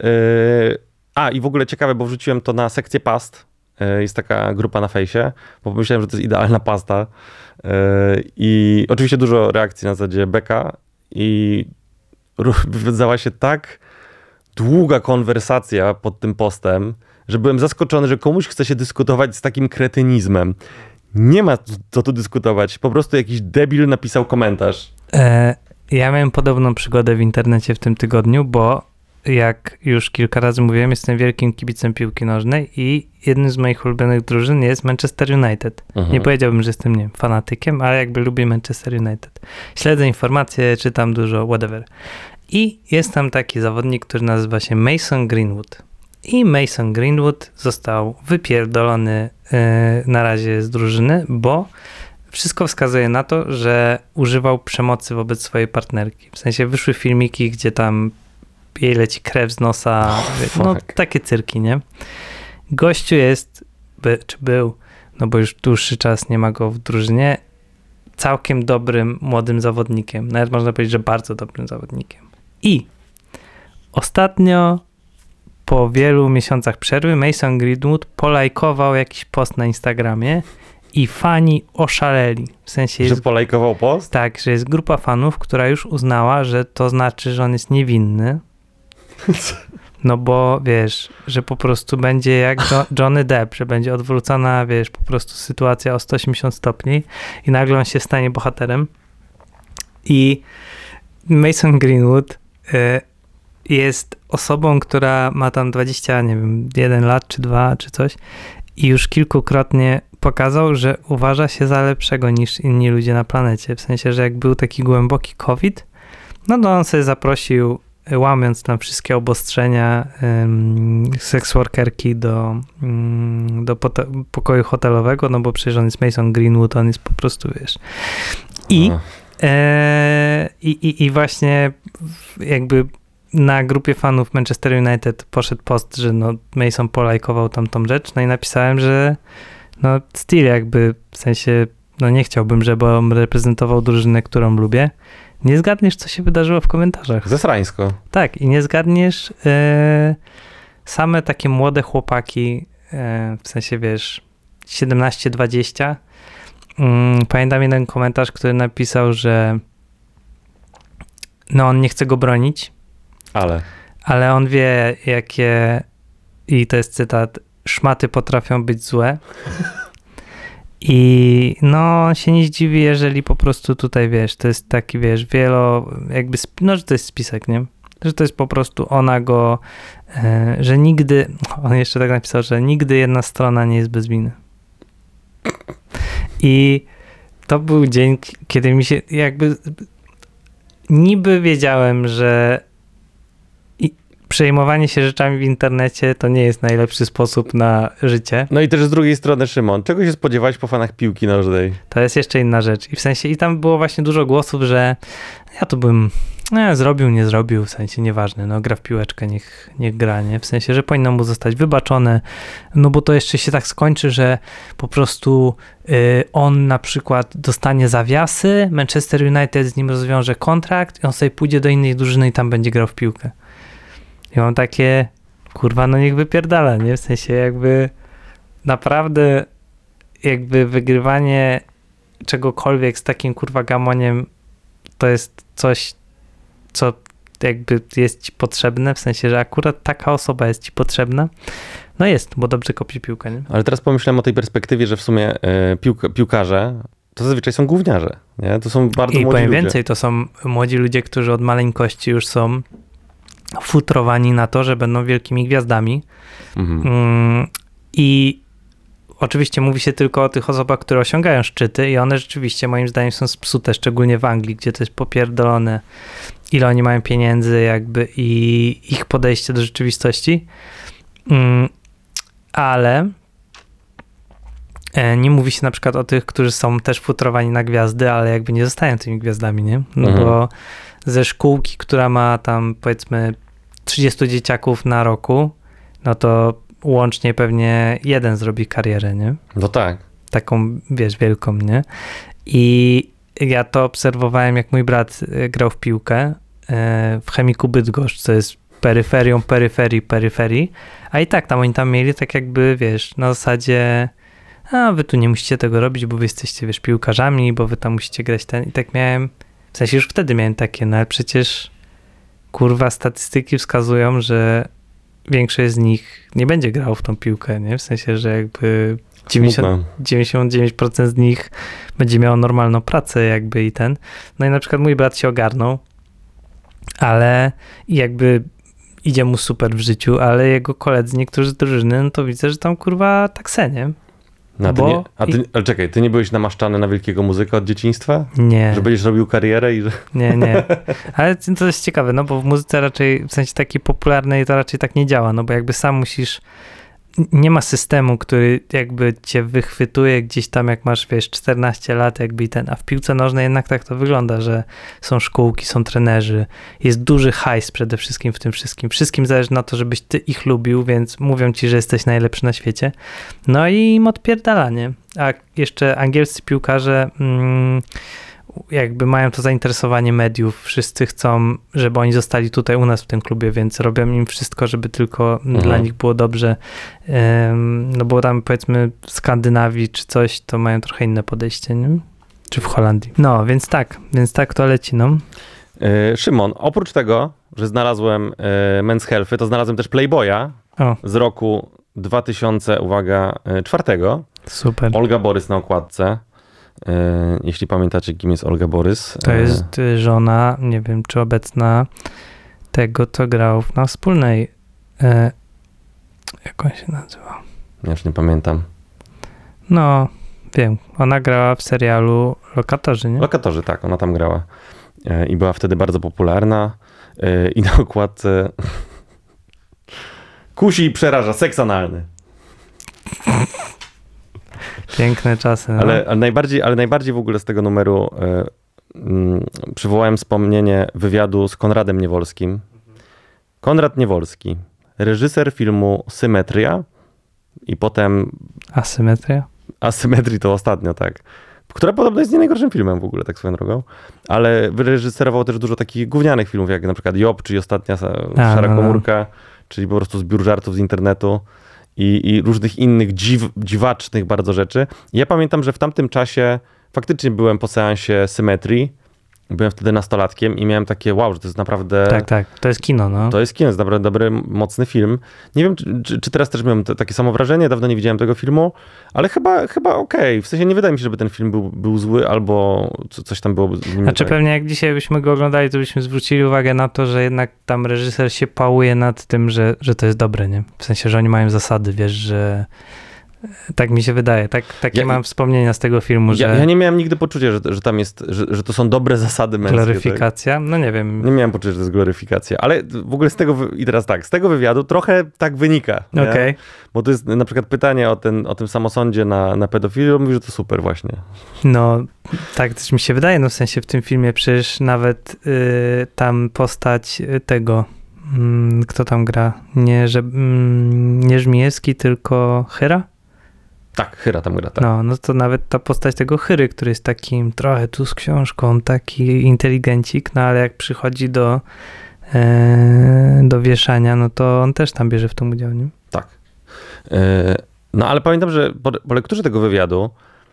i w ogóle ciekawe, bo wrzuciłem to na sekcję past. Jest taka grupa na fejsie, bo pomyślałem, że to jest idealna pasta. I oczywiście dużo reakcji na zasadzie beka i wywiązała się tak długa konwersacja pod tym postem, że byłem zaskoczony, że komuś chce się dyskutować z takim kretynizmem. Nie ma co tu dyskutować. Po prostu jakiś debil napisał komentarz. Ja miałem podobną przygodę w internecie w tym tygodniu, bo jak już kilka razy mówiłem, jestem wielkim kibicem piłki nożnej i jednym z moich ulubionych drużyn jest Manchester United. Nie powiedziałbym, że jestem, nie wiem, fanatykiem, ale jakby lubię Manchester United. Śledzę informacje, czytam dużo, whatever. I jest tam taki zawodnik, który nazywa się Mason Greenwood. i Mason Greenwood został wypierdolony na razie z drużyny, bo wszystko wskazuje na to, że używał przemocy wobec swojej partnerki. W sensie wyszły filmiki, gdzie tam jej leci krew z nosa, no takie cyrki, nie? Gościu jest, czy był, no bo już dłuższy czas nie ma go w drużynie, całkiem dobrym, młodym zawodnikiem. Nawet można powiedzieć, że bardzo dobrym zawodnikiem. I ostatnio, po wielu miesiącach przerwy, Mason Greenwood polajkował jakiś post na Instagramie i fani oszaleli. W sensie że polajkował post? Tak, że jest grupa fanów, która już uznała, że to znaczy, że on jest niewinny. No bo wiesz, że po prostu będzie jak Johnny Depp, że będzie odwrócona, wiesz, po prostu sytuacja o 180 stopni i nagle on się stanie bohaterem. I Mason Greenwood jest osobą, która ma tam 20, nie wiem, 1 lat czy 2 czy coś i już kilkukrotnie pokazał, że uważa się za lepszego niż inni ludzie na planecie. W sensie, że jak był taki głęboki COVID, no to on sobie zaprosił, łamiąc tam wszystkie obostrzenia, seksworkerki do pokoju hotelowego, no bo przecież on jest Mason Greenwood, on jest po prostu, wiesz. I właśnie jakby na grupie fanów Manchester United poszedł post, że no Mason polajkował tamtą rzecz, no i napisałem, że no still jakby, w sensie, no nie chciałbym, żeby on reprezentował drużynę, którą lubię. Nie zgadniesz, co się wydarzyło w komentarzach. Zesrańsko. Tak, i nie zgadniesz, same takie młode chłopaki, w sensie, wiesz, 17-20. Pamiętam jeden komentarz, który napisał, że no on nie chce go bronić, ale on wie, jakie, i to jest cytat, szmaty potrafią być złe. I no on się nie zdziwi, jeżeli po prostu tutaj, wiesz, to jest taki, wiesz, że to jest spisek, nie? Że to jest po prostu ona go, że nigdy, on jeszcze tak napisał, że nigdy jedna strona nie jest bez winy. I to był dzień, kiedy mi się jakby niby wiedziałem, że przejmowanie się rzeczami w internecie to nie jest najlepszy sposób na życie. No i też z drugiej strony, Szymon, czego się spodziewać po fanach piłki nożnej? To jest jeszcze inna rzecz. I w sensie, i tam było właśnie dużo głosów, że ja to bym zrobił, nie zrobił, w sensie nieważne, no gra w piłeczkę, niech gra, nie? W sensie, że powinno mu zostać wybaczone, no bo to jeszcze się tak skończy, że po prostu on na przykład dostanie zawiasy, Manchester United z nim rozwiąże kontrakt i on sobie pójdzie do innej drużyny i tam będzie grał w piłkę. I mam takie, kurwa, no niech wypierdala, nie? W sensie jakby naprawdę jakby wygrywanie czegokolwiek z takim, kurwa, gamoniem to jest coś, co jakby jest ci potrzebne, w sensie, że akurat taka osoba jest ci potrzebna. No jest, bo dobrze kopie piłkę, nie? Ale teraz pomyślałem o tej perspektywie, że w sumie piłkarze to zazwyczaj są gówniarze, nie? To są bardzo młodzi ludzie. I powiem więcej, to są młodzi ludzie, którzy od maleńkości już są futrowani na to, że będą wielkimi gwiazdami. I oczywiście mówi się tylko o tych osobach, które osiągają szczyty i one rzeczywiście moim zdaniem są psute, szczególnie w Anglii, gdzie to jest popierdolone, ile oni mają pieniędzy jakby i ich podejście do rzeczywistości. Ale nie mówi się na przykład o tych, którzy są też futrowani na gwiazdy, ale jakby nie zostają tymi gwiazdami, nie? No bo ze szkółki, która ma tam powiedzmy 30 dzieciaków na roku, no to łącznie pewnie jeden zrobi karierę, nie? No tak. Taką, wiesz, wielką, nie? I ja to obserwowałem, jak mój brat grał w piłkę w Chemiku Bydgoszcz, co jest peryferią peryferii, a i tak tam oni tam mieli tak jakby, wiesz, na zasadzie wy tu nie musicie tego robić, bo wy jesteście, wiesz, piłkarzami, bo wy tam musicie grać ten i tak miałem, w sensie już wtedy miałem takie, no ale przecież kurwa statystyki wskazują, że większość z nich nie będzie grało w tą piłkę, nie? W sensie, że jakby 99% z nich będzie miało normalną pracę jakby i ten. No i na przykład mój brat się ogarnął, ale jakby idzie mu super w życiu, ale jego koledzy, niektórzy z drużyny, no to widzę, że tam kurwa tak se, nie? No, ale czekaj, ty nie byłeś namaszczany na wielkiego muzyka od dzieciństwa? Nie. Że będziesz robił karierę i że... Nie. Ale to jest ciekawe, no bo w muzyce raczej, w sensie takiej popularnej to raczej tak nie działa, no bo jakby sam musisz, nie ma systemu, który jakby cię wychwytuje gdzieś tam, jak masz, wiesz, 14 lat jakby a w piłce nożnej jednak tak to wygląda, że są szkółki, są trenerzy, jest duży hajs przede wszystkim w tym wszystkim. Wszystkim zależy na to, żebyś ty ich lubił, więc mówią ci, że jesteś najlepszy na świecie. No i im odpierdalanie. A jeszcze angielscy piłkarze jakby mają to zainteresowanie mediów. Wszyscy chcą, żeby oni zostali tutaj u nas w tym klubie, więc robią im wszystko, żeby tylko dla nich było dobrze. No bo tam powiedzmy w Skandynawii czy coś, to mają trochę inne podejście, nie? Czy w Holandii. No, więc tak to leci, no. Szymon, oprócz tego, że znalazłem Men's Healthy, to znalazłem też Playboya z roku 2004. Super. Olga Borys na okładce. Jeśli pamiętacie, kim jest Olga Borys. To jest żona, nie wiem czy obecna, tego, co grał na Wspólnej. Jak on się nazywa? Ja już nie pamiętam. No, wiem. Ona grała w serialu Lokatorzy, nie? Lokatorzy, tak. Ona tam grała. I była wtedy bardzo popularna. I na okładce kusi i przeraża, seks analny. Piękne czasy. No? Ale najbardziej w ogóle z tego numeru przywołałem wspomnienie wywiadu z Konradem Niewolskim. Konrad Niewolski, reżyser filmu Symetria i potem... Asymetria? Asymetrii to ostatnio, tak. Która podobno jest nie najgorszym filmem w ogóle, tak swoją drogą. Ale wyreżyserował też dużo takich gównianych filmów, jak na przykład Job, czyli Ostatnia Szara Komórka, czyli po prostu zbiór żartów z internetu. I różnych innych dziwacznych bardzo rzeczy. Ja pamiętam, że w tamtym czasie faktycznie byłem po seansie Symetrii. Byłem wtedy nastolatkiem i miałem takie wow, że to jest naprawdę... Tak, to jest kino, no. To jest kino, jest naprawdę dobry, mocny film. Nie wiem, czy teraz też miałem takie samo wrażenie, dawno nie widziałem tego filmu, ale chyba okej. W sensie nie wydaje mi się, żeby ten film był zły albo coś tam było z nim. Znaczy pewnie jak dzisiaj byśmy go oglądali, to byśmy zwrócili uwagę na to, że jednak tam reżyser się pałuje nad tym, że to jest dobre, nie? W sensie, że oni mają zasady, wiesz, że... Tak mi się wydaje, takie mam wspomnienia z tego filmu, że... Ja nie miałem nigdy poczucia, że tam jest, że to są dobre zasady męskie. Gloryfikacja? Tak? No nie wiem. Nie miałem poczucia, że to jest gloryfikacja, ale w ogóle z tego wywiadu trochę tak wynika. Okay. Bo to jest na przykład pytanie o tym samosądzie na pedofilię, mówi, że to super właśnie. No, tak też mi się wydaje, no w sensie w tym filmie przecież nawet tam postać tego... kto tam gra? Nie Żmijewski, tylko Hyra? Tak, Hyra tam gra, tak. No to nawet ta postać tego Hyry, który jest takim trochę tu z książką, taki inteligencik, no ale jak przychodzi do wieszania, no to on też tam bierze w tym udział, nie? Tak. No ale pamiętam, że po lekturze tego wywiadu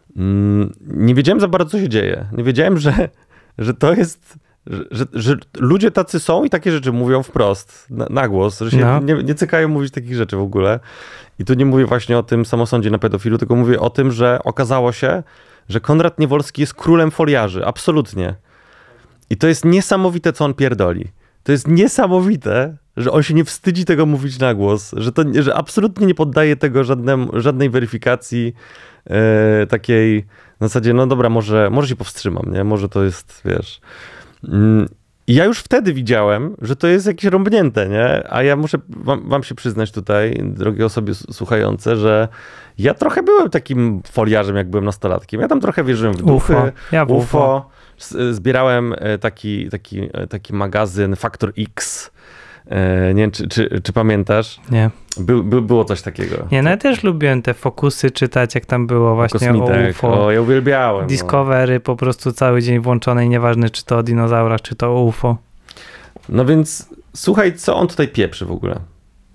nie wiedziałem za bardzo, co się dzieje. Nie wiedziałem, że to jest... Że ludzie tacy są i takie rzeczy mówią wprost, na głos, że się nie cykają mówić takich rzeczy w ogóle. I tu nie mówię właśnie o tym samosądzie na pedofilu, tylko mówię o tym, że okazało się, że Konrad Niewolski jest królem foliarzy. Absolutnie. I to jest niesamowite, co on pierdoli. To jest niesamowite, że on się nie wstydzi tego mówić na głos, że absolutnie nie poddaje tego żadnej weryfikacji takiej na zasadzie, no dobra, może się powstrzymam, nie? Może to jest, wiesz... I ja już wtedy widziałem, że to jest jakieś rąbnięte, nie? A ja muszę wam się przyznać tutaj, drogie osoby słuchające, że ja trochę byłem takim foliarzem, jak byłem nastolatkiem. Ja tam trochę wierzyłem w duchy, UFO. Zbierałem taki magazyn Faktor X. Nie wiem, czy pamiętasz? Nie. Było coś takiego. Nie, no ja też lubiłem te fokusy czytać, jak tam było właśnie o UFO. O, ja uwielbiałem. Discovery po prostu cały dzień włączone i nieważne, czy to o dinozaurach, czy to o UFO. No więc słuchaj, co on tutaj pieprzy w ogóle.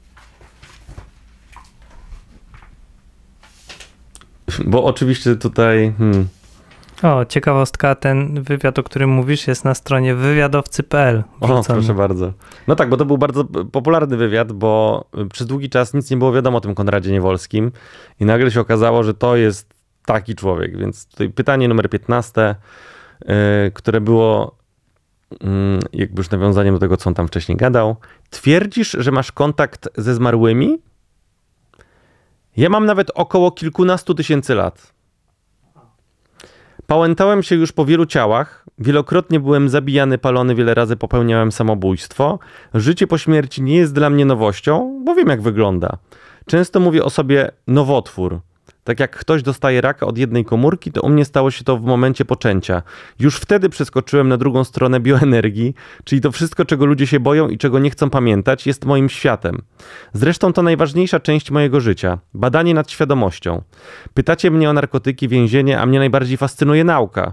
Bo oczywiście tutaj... O, ciekawostka, ten wywiad, o którym mówisz, jest na stronie wywiadowcy.pl. O, proszę bardzo. No tak, bo to był bardzo popularny wywiad, bo przez długi czas nic nie było wiadomo o tym Konradzie Niewolskim i nagle się okazało, że to jest taki człowiek. Więc tutaj pytanie numer 15, które było jakby już nawiązaniem do tego, co on tam wcześniej gadał. Twierdzisz, że masz kontakt ze zmarłymi? Ja mam nawet około kilkunastu tysięcy lat. Pałętałem się już po wielu ciałach, wielokrotnie byłem zabijany, palony, wiele razy popełniałem samobójstwo. Życie po śmierci nie jest dla mnie nowością, bo wiem jak wygląda. Często mówię o sobie nowotwór. Tak jak ktoś dostaje raka od jednej komórki, to u mnie stało się to w momencie poczęcia. Już wtedy przeskoczyłem na drugą stronę bioenergii, czyli to wszystko, czego ludzie się boją i czego nie chcą pamiętać, jest moim światem. Zresztą to najważniejsza część mojego życia. Badanie nad świadomością. Pytacie mnie o narkotyki, więzienie, a mnie najbardziej fascynuje nauka.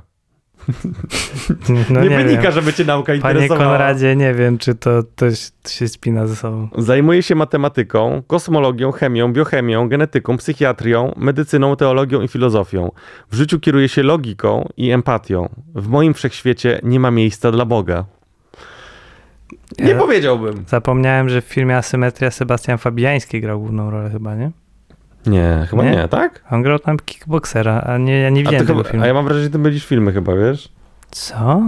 No nie wynika, wiem. Żeby cię nauka interesowała. Panie Konradzie, nie wiem, czy to się spina ze sobą. Zajmuję się matematyką, kosmologią, chemią, biochemią, genetyką, psychiatrią, medycyną, teologią i filozofią. W życiu kieruję się logiką i empatią. W moim wszechświecie nie ma miejsca dla Boga. Nie powiedziałbym. Zapomniałem, że w filmie Asymetria Sebastian Fabiański grał główną rolę chyba, nie? Nie, chyba nie, tak? On grał tam kickboksera, a nie, ja nie widziałem tego filmu. A ja mam wrażenie, że ty mylisz filmy chyba, wiesz? Co?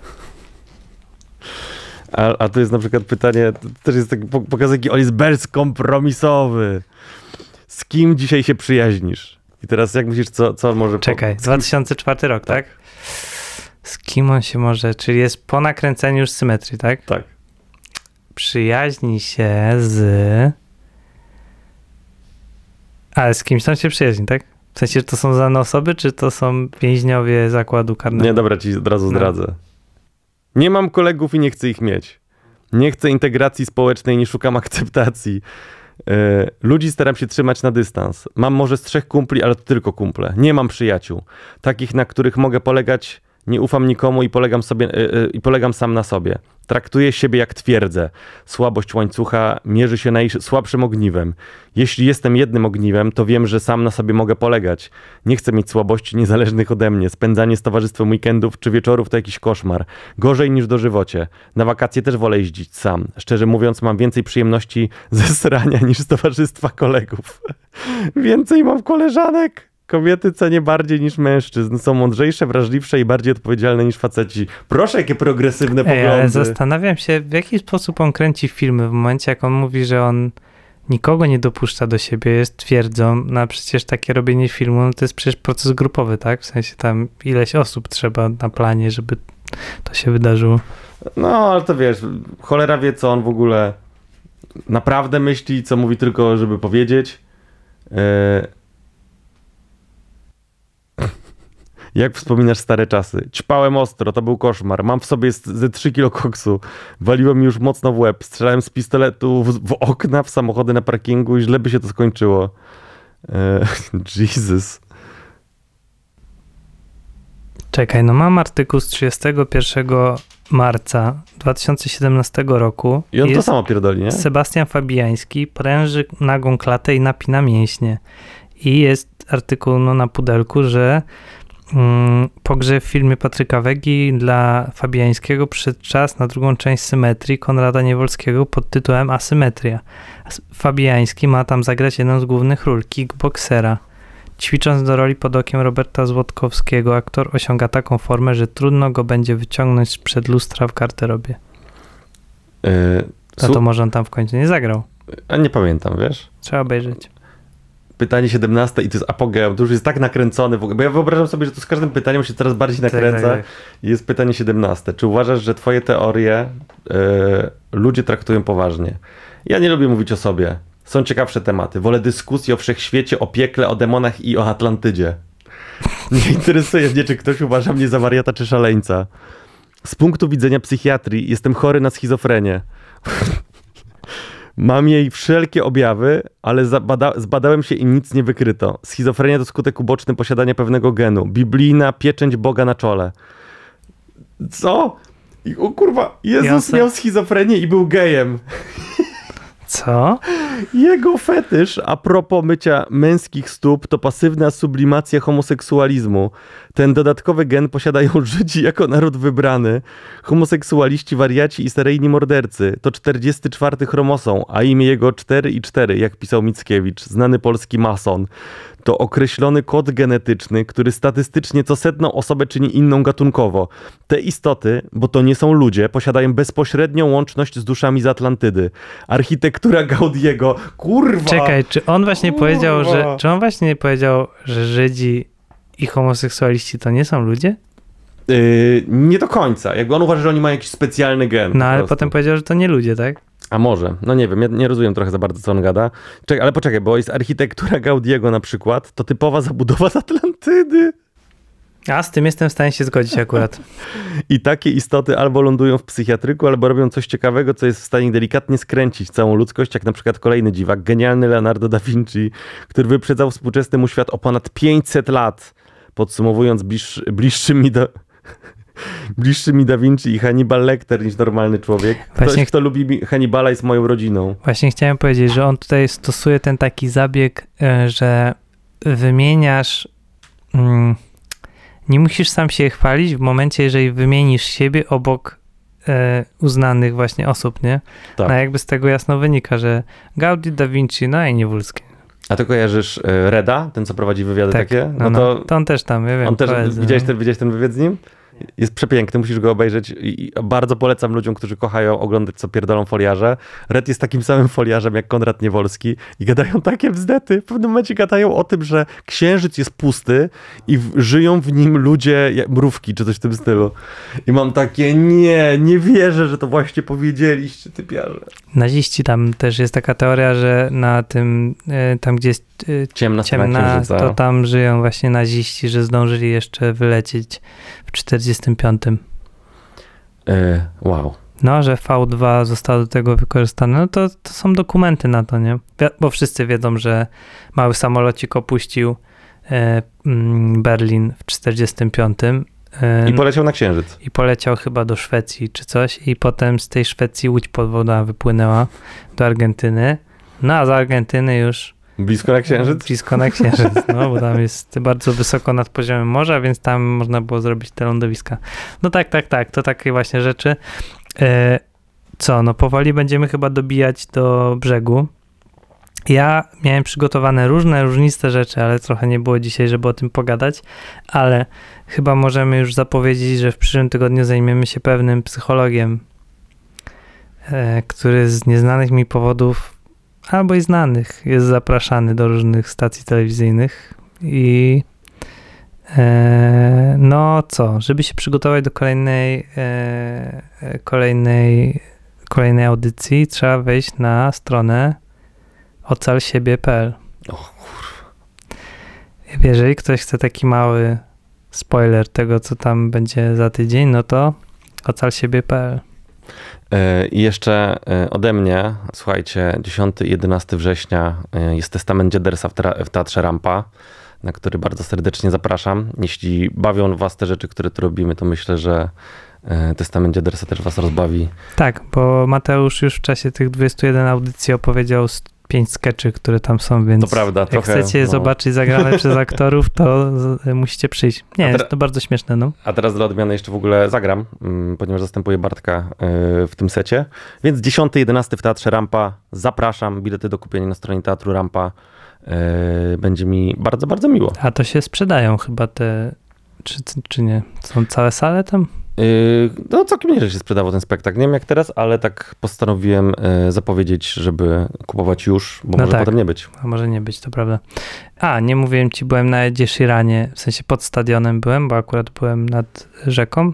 A tu jest na przykład pytanie, to też jest taki pokaz, jaki on jest bezkompromisowy. Z kim dzisiaj się przyjaźnisz? I teraz jak myślisz, co on może... Czekaj, 2004 rok, tak? Z kim on się może... Czyli jest po nakręceniu już Symetrii, tak? Tak. Przyjaźni się z... Ale z kimś tam się przyjaźni, tak? W sensie, że to są znane osoby, czy to są więźniowie zakładu karnego? Nie, dobra, ci od razu zdradzę. Nie mam kolegów i nie chcę ich mieć. Nie chcę integracji społecznej, nie szukam akceptacji. Ludzi staram się trzymać na dystans. Mam może z 3 kumpli, ale to tylko kumple. Nie mam przyjaciół. Takich, na których mogę polegać, nie ufam nikomu i polegam sam na sobie. Traktuję siebie jak twierdzę. Słabość łańcucha mierzy się najsłabszym ogniwem. Jeśli jestem jednym ogniwem, to wiem, że sam na sobie mogę polegać. Nie chcę mieć słabości niezależnych ode mnie. Spędzanie z towarzystwem weekendów czy wieczorów to jakiś koszmar. Gorzej niż dożywocie. Na wakacje też wolę jeździć sam. Szczerze mówiąc, mam więcej przyjemności ze srania niż z towarzystwa kolegów. Więcej mam koleżanek. Kobiety cenię bardziej niż mężczyzn. Są mądrzejsze, wrażliwsze i bardziej odpowiedzialne niż faceci. Proszę, jakie progresywne poglądy. Ale zastanawiam się, w jaki sposób on kręci filmy w momencie, jak on mówi, że on nikogo nie dopuszcza do siebie, jest twierdzą. No a przecież takie robienie filmu, no to jest przecież proces grupowy, tak? W sensie tam ileś osób trzeba na planie, żeby to się wydarzyło. No, ale to wiesz, cholera wie, co on w ogóle naprawdę myśli, co mówi tylko, żeby powiedzieć. Jak wspominasz stare czasy? Ćpałem ostro, to był koszmar. Mam w sobie ze 3 kilo koksu. Waliło mi już mocno w łeb. Strzelałem z pistoletu w okna, w samochody na parkingu i źle by się to skończyło. Jesus. Czekaj, no mam artykuł z 31 marca 2017 roku. I on to samo pierdoli, nie? Sebastian Fabiański pręży nagą klatę i napina mięśnie. I jest artykuł na pudelku, że po grze w filmie Patryka Wegi dla Fabiańskiego przyszedł czas na drugą część Symetrii Konrada Niewolskiego pod tytułem Asymetria. Fabiański ma tam zagrać jedną z głównych ról, kickboksera. Ćwicząc do roli pod okiem Roberta Złotkowskiego, aktor osiąga taką formę, że trudno go będzie wyciągnąć sprzed lustra w garderobie. To może on tam w końcu nie zagrał. A nie pamiętam, wiesz? Trzeba obejrzeć. Pytanie 17 i to jest apogeum, to już jest tak nakręcony w ogóle, bo ja wyobrażam sobie, że to z każdym pytaniem się coraz bardziej nakręca. Tak. I jest pytanie 17. Czy uważasz, że twoje teorie ludzie traktują poważnie? Ja nie lubię mówić o sobie. Są ciekawsze tematy. Wolę dyskusji o wszechświecie, o piekle, o demonach i o Atlantydzie. Nie interesuje mnie, czy ktoś uważa mnie za wariata czy szaleńca. Z punktu widzenia psychiatrii jestem chory na schizofrenię. Mam jej wszelkie objawy, ale zbadałem się i nic nie wykryto. Schizofrenia to skutek uboczny posiadania pewnego genu. Biblijna pieczęć Boga na czole. Co? O kurwa, Jezus miał schizofrenię i był gejem. Co? Jego fetysz a propos mycia męskich stóp to pasywna sublimacja homoseksualizmu. Ten dodatkowy gen posiadają Żydzi jako naród wybrany. Homoseksualiści, wariaci i seryjni mordercy. To 44. chromosom, a imię jego 4 i 4, jak pisał Mickiewicz, znany polski mason. To określony kod genetyczny, który statystycznie co 100 osobę czyni inną gatunkowo. Te istoty, bo to nie są ludzie, posiadają bezpośrednią łączność z duszami z Atlantydy. Architektura Gaudiego no kurwa. Czekaj, czy on właśnie powiedział, że Żydzi i homoseksualiści to nie są ludzie? Nie do końca. Jakby on uważa, że oni mają jakiś specjalny gen. No ale potem powiedział, że to nie ludzie, tak? A może, no nie wiem, ja nie rozumiem trochę za bardzo, co on gada. Ale poczekaj, bo jest architektura Gaudiego na przykład, to typowa zabudowa z Atlantydy. A z tym jestem w stanie się zgodzić akurat. I takie istoty albo lądują w psychiatryku, albo robią coś ciekawego, co jest w stanie delikatnie skręcić całą ludzkość, jak na przykład kolejny dziwak, genialny Leonardo da Vinci, który wyprzedzał współczesny mu świat o ponad 500 lat, podsumowując bliższymi Da Vinci i Hannibal Lecter niż normalny człowiek. Ktoś, kto lubi Hannibala, jest moją rodziną. Właśnie chciałem powiedzieć, że on tutaj stosuje ten taki zabieg, że wymieniasz... Nie musisz sam się chwalić w momencie, jeżeli wymienisz siebie obok uznanych właśnie osób, nie? Tak. No jakby z tego jasno wynika, że Gaudi, Da Vinci, no i nie Wólski. A ty kojarzysz Reda, ten co prowadzi wywiady tak, takie? To on też tam, ja wiem. On też, poezję, widziałeś ten wywiad z nim? Jest przepiękny, musisz go obejrzeć i bardzo polecam ludziom, którzy kochają oglądać, co pierdolą foliarze. Red jest takim samym foliarzem jak Konrad Niewolski i gadają takie bzdety. W pewnym momencie gadają o tym, że księżyc jest pusty i żyją w nim ludzie, jak mrówki, czy coś w tym stylu. I mam takie, nie wierzę, że to właśnie powiedzieliście, typiarze. Naziści, tam też jest taka teoria, że na tym, tam gdzie jest ciemna to tam żyją właśnie naziści, że zdążyli jeszcze wylecieć w 45. Wow. No, że V2 zostało do tego wykorzystane. No to są dokumenty na to, nie? Bo wszyscy wiedzą, że mały samolocik opuścił Berlin w 45. I poleciał na Księżyc. I poleciał chyba do Szwecji czy coś i potem z tej Szwecji łódź podwodna wypłynęła do Argentyny. No a z Argentyny już blisko na Księżyc? Blisko na Księżyc, no bo tam jest bardzo wysoko nad poziomem morza, więc tam można było zrobić te lądowiska. No tak, to takie właśnie rzeczy. No powoli będziemy chyba dobijać do brzegu. Ja miałem przygotowane różniste rzeczy, ale trochę nie było dzisiaj, żeby o tym pogadać, ale chyba możemy już zapowiedzieć, że w przyszłym tygodniu zajmiemy się pewnym psychologiem, który z nieznanych mi powodów albo i znanych jest zapraszany do różnych stacji telewizyjnych i żeby się przygotować do kolejnej audycji, trzeba wejść na stronę ocalsiebie.pl. O kurwa. Jeżeli ktoś chce taki mały spoiler tego, co tam będzie za tydzień, no to ocalsiebie.pl. I jeszcze ode mnie, słuchajcie, 10 i 11 września jest Testament Dziadersa w Teatrze Rampa, na który bardzo serdecznie zapraszam. Jeśli bawią was te rzeczy, które tu robimy, to myślę, że Testament Dziadersa też was rozbawi. Tak, bo Mateusz już w czasie tych 21 audycji opowiedział 5 skeczy, które tam są, więc to prawda, jak chcecie zobaczyć zagrane przez aktorów, to musicie przyjść. Jest to bardzo śmieszne. No. A teraz dla odmiany jeszcze w ogóle zagram, ponieważ zastępuję Bartka w tym secie. Więc 10-11 w Teatrze Rampa. Zapraszam. Bilety do kupienia na stronie Teatru Rampa. Będzie mi bardzo, bardzo miło. A to się sprzedają chyba te, czy nie? Są całe sale tam? No całkiem nieźle się sprzedawał ten spektakl. Nie wiem jak teraz, ale tak postanowiłem zapowiedzieć, żeby kupować już, bo może potem nie być. A może nie być, to prawda. Nie mówiłem ci, byłem na Edzie Sheeranie, w sensie pod stadionem byłem, bo akurat byłem nad rzeką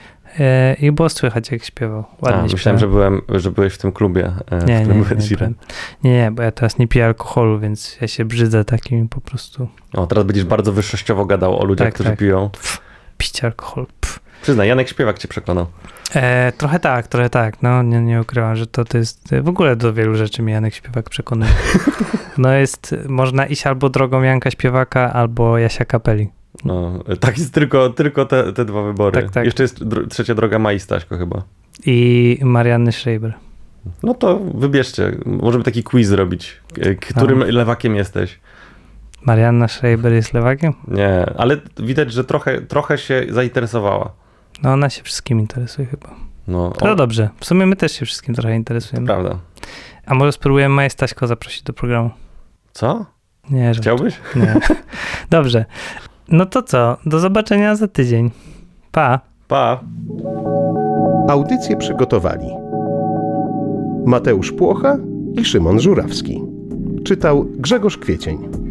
i było słychać jak śpiewał. Ładnie myślałem, że byłeś w tym klubie, w którym był Ed Sheeran. Nie, bo ja teraz nie piję alkoholu, więc ja się brzydzę takim po prostu. Teraz będziesz bardzo wyższościowo gadał o ludziach, którzy piją. Pić alkohol. Przyznaj, Janek Śpiewak cię przekonał. Trochę tak. No nie ukrywam, że to jest... W ogóle do wielu rzeczy mnie Janek Śpiewak przekonuje. Można iść albo drogą Janka Śpiewaka, albo Jasia Kapeli. No, tak jest tylko te dwa wybory. Tak. Jeszcze jest trzecia droga Mai Staśko chyba. I Marianny Schreiber. No to wybierzcie. Możemy taki quiz zrobić. Którym lewakiem jesteś? Marianna Schreiber jest lewakiem? Nie, ale widać, że trochę się zainteresowała. No ona się wszystkim interesuje chyba. No dobrze. W sumie my też się wszystkim trochę interesujemy. To prawda. A może spróbujemy Maję Staśko zaprosić do programu? Co? Nie, chciałbyś? Nie. Dobrze. No to co? Do zobaczenia za tydzień. Pa. Pa. Audycję przygotowali Mateusz Płocha i Szymon Żurawski. Czytał Grzegorz Kwiecień.